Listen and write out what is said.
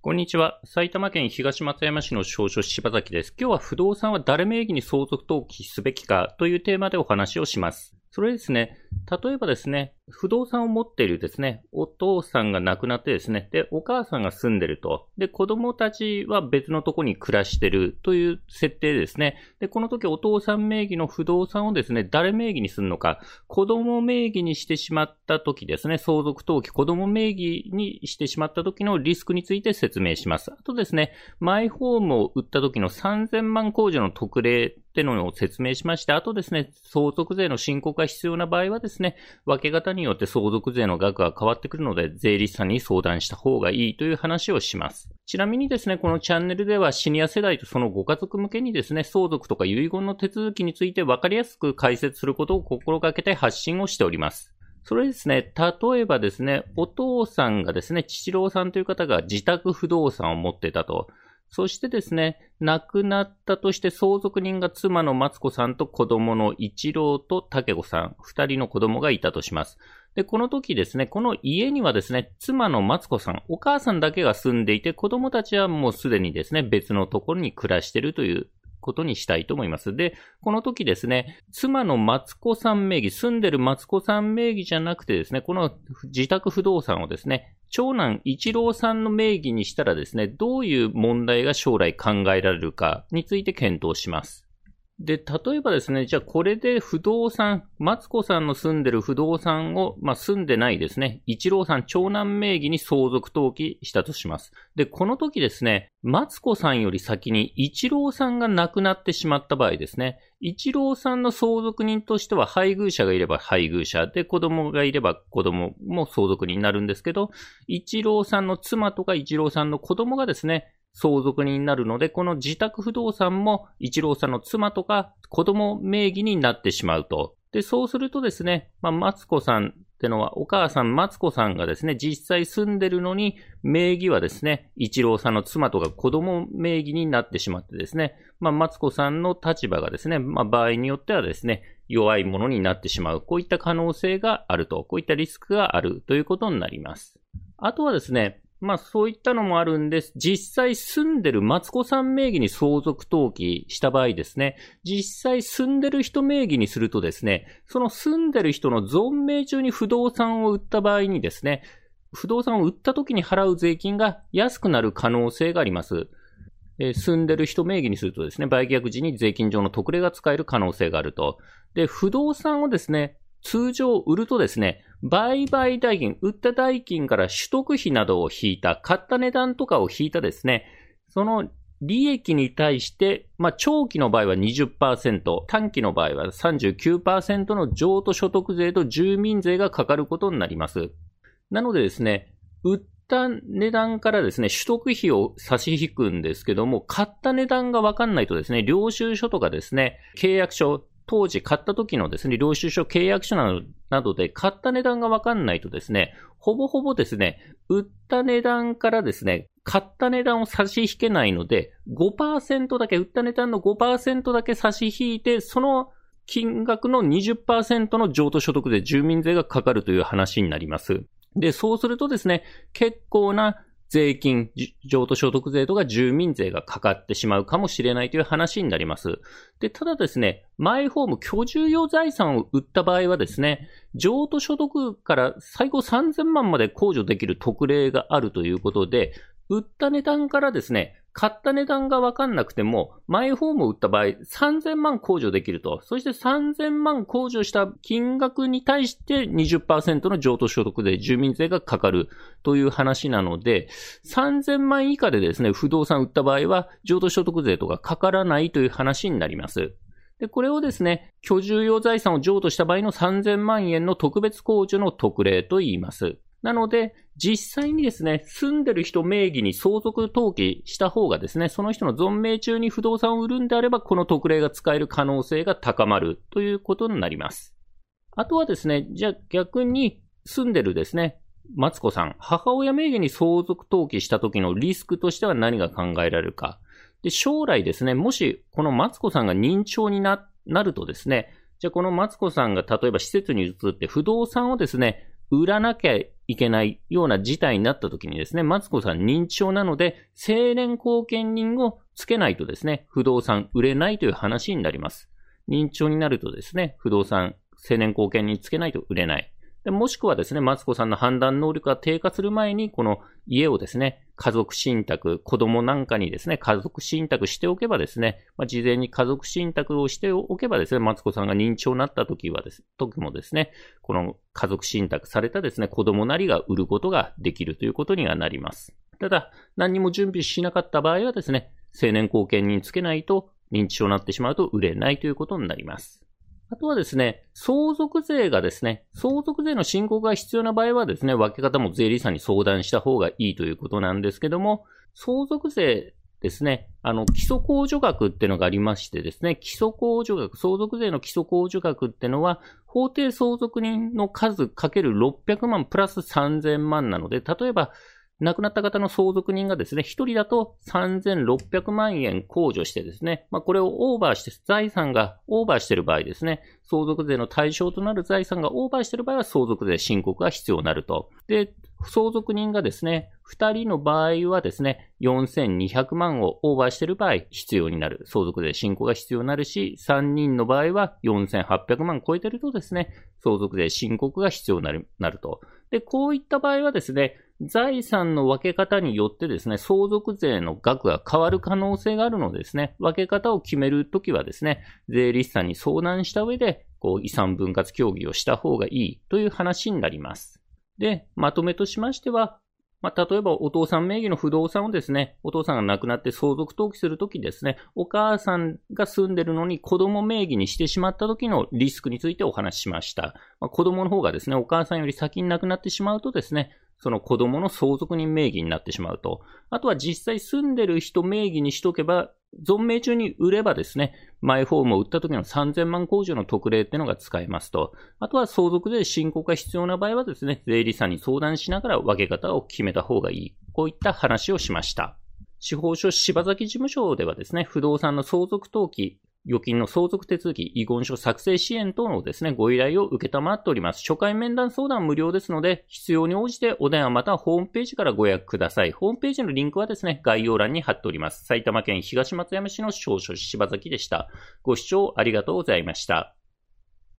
こんにちは。埼玉県東松山市の商書柴崎です。今日は不動産は誰名義に相続登記すべきかというテーマでお話をします。それですね、例えばですね、不動産を持っているですね、お父さんが亡くなってですね、で、お母さんが住んでると。で、子供たちは別のところに暮らしてるという設定ですね。で、この時お父さん名義の不動産をですね、誰名義にするのか、子供名義にしてしまった時ですね、相続登記、子供名義にしてしまった時のリスクについて説明します。あとですね、マイホームを売った時の3000万控除の特例ってのを説明しまして、あとですね、相続税の申告が必要な場合はですね、分け方によって相続税の額が変わってくるので、税理士さんに相談した方がいいという話をします。ちなみにですね、このチャンネルではシニア世代とそのご家族向けにですね、相続とか遺言の手続きについて分かりやすく解説することを心がけて発信をしております。それですね、例えばですね、お父さんがですね、父郎さんという方が自宅不動産を持ってたと。そしてですね、亡くなったとして相続人が妻の松子さんと子供の一郎と武子さん、二人の子供がいたとします。で、この時ですね、この家にはですね、妻の松子さん、お母さんだけが住んでいて、子供たちはもうすでにですね、別のところに暮らしているということにしたいと思います。で、この時ですね、妻の松子さん名義、住んでる松子さん名義じゃなくてですね、この自宅不動産をですね、長男一郎さんの名義にしたらですね、どういう問題が将来考えられるかについて検討します。で、例えばですね、じゃあこれで不動産、松子さんの住んでる不動産を、住んでないですね、一郎さん長男名義に相続登記したとします。で、この時ですね、松子さんより先に一郎さんが亡くなってしまった場合ですね、一郎さんの相続人としては配偶者がいれば配偶者で、子供がいれば子供も相続人になるんですけど、一郎さんの妻とか一郎さんの子供がですね、相続人になるので、この自宅不動産も一郎さんの妻とか子供名義になってしまうと。で、そうするとですね、松子さんってのはお母さん松子さんがですね、実際住んでるのに名義はですね、一郎さんの妻とか子供名義になってしまってですね、松子さんの立場がですね、場合によってはですね、弱いものになってしまう。こういった可能性があると。こういったリスクがあるということになります。あとはですね、そういったのもあるんです。実際住んでる松子さん名義に相続登記した場合ですね、実際住んでる人名義にするとですね、その住んでる人の存命中に不動産を売った場合にですね、不動産を売った時に払う税金が安くなる可能性があります。住んでる人名義にするとですね、売却時に税金上の特例が使える可能性があると。で、不動産をですね、通常売るとですね、売買代金、売った代金から取得費などを引いた、買った値段とかを引いたですね、その利益に対して、長期の場合は 20%、短期の場合は 39% の譲渡所得税と住民税がかかることになります。なのでですね、売った値段からですね、取得費を差し引くんですけども、買った値段がわかんないとですね、領収書とかですね、契約書、当時買った時のですね、領収書契約書などで買った値段がわかんないとですね、ほぼほぼですね、売った値段からですね、買った値段を差し引けないので、5% だけ、売った値段の 5% だけ差し引いて、その金額の 20% の譲渡所得税、住民税がかかるという話になります。で、そうするとですね、結構な税金、譲渡所得税とか住民税がかかってしまうかもしれないという話になります。で、ただですね、マイホーム、居住用財産を売った場合はですね、譲渡所得から最高3000万まで控除できる特例があるということで、売った値段からですね、買った値段がわかんなくても、マイホームを売った場合、3000万控除できると。そして3000万控除した金額に対して 20% の譲渡所得税、住民税がかかるという話なので、3000万以下でですね、不動産売った場合は、譲渡所得税とかかからないという話になります。で、これをですね、居住用財産を譲渡した場合の3000万円の特別控除の特例と言います。なので、実際にですね、住んでる人名義に相続登記した方がですね、その人の存命中に不動産を売るんであれば、この特例が使える可能性が高まるということになります。あとはですね、じゃあ逆に住んでるですね、松子さん、母親名義に相続登記した時のリスクとしては何が考えられるか。で、将来ですね、もしこの松子さんが認知症になるとですね、じゃあこの松子さんが例えば施設に移って不動産をですね、売らなきゃいけないような事態になった時にですね、マツコさん認知症なので、成年後見人をつけないとですね、不動産売れないという話になります。認知症になるとですね、不動産、成年後見人つけないと売れない。もしくはですね、マツコさんの判断能力が低下する前に、この家をですね、家族信託、子供なんかにですね、家族信託しておけばですね、事前に家族信託をしておけばですね、マツコさんが認知症になった時もですね、この家族信託されたですね、子供なりが売ることができるということにはなります。ただ、何にも準備しなかった場合はですね、成年後見人つけないと認知症になってしまうと売れないということになります。あとはですね、相続税がですね、相続税の申告が必要な場合はですね、分け方も税理士さんに相談した方がいいということなんですけども、相続税ですね、基礎控除額っていうのがありましてですね、基礎控除額、相続税の基礎控除額っていうのは、法定相続人の数かける600万プラス3000万なので、例えば、亡くなった方の相続人がですね、一人だと3600万円控除してですね、これをオーバーして、財産がオーバーしている場合ですね、相続税の対象となる財産がオーバーしている場合は相続税申告が必要になると。で、相続人がですね、二人の場合はですね、4200万をオーバーしている場合必要になる。相続税申告が必要になるし、三人の場合は4800万超えているとですね、相続税申告が必要になると。で、こういった場合はですね、財産の分け方によってですね、相続税の額が変わる可能性があるのでですね、分け方を決めるときはですね、税理士さんに相談した上で、遺産分割協議をした方がいいという話になります。で、まとめとしましては、例えばお父さん名義の不動産をですね、お父さんが亡くなって相続登記するときですね、お母さんが住んでるのに子供名義にしてしまった時のリスクについてお話ししました。子供の方がですね、お母さんより先に亡くなってしまうとですね、その子供の相続人名義になってしまうと。あとは実際住んでる人名義にしとけば、存命中に売ればですね、マイホームを売った時の3000万控除の特例っていうのが使えますと。あとは相続税申告が必要な場合はですね、税理士さんに相談しながら分け方を決めた方がいい。こういった話をしました。司法書柴崎事務所ではですね、不動産の相続登記、預金の相続手続き、遺言書作成支援等のですね、ご依頼を受けたまっております。初回面談相談無料ですので、必要に応じてお電話またはホームページからご予約ください。ホームページのリンクはですね、概要欄に貼っております。埼玉県東松山市の司法書柴崎でした。ご視聴ありがとうございました。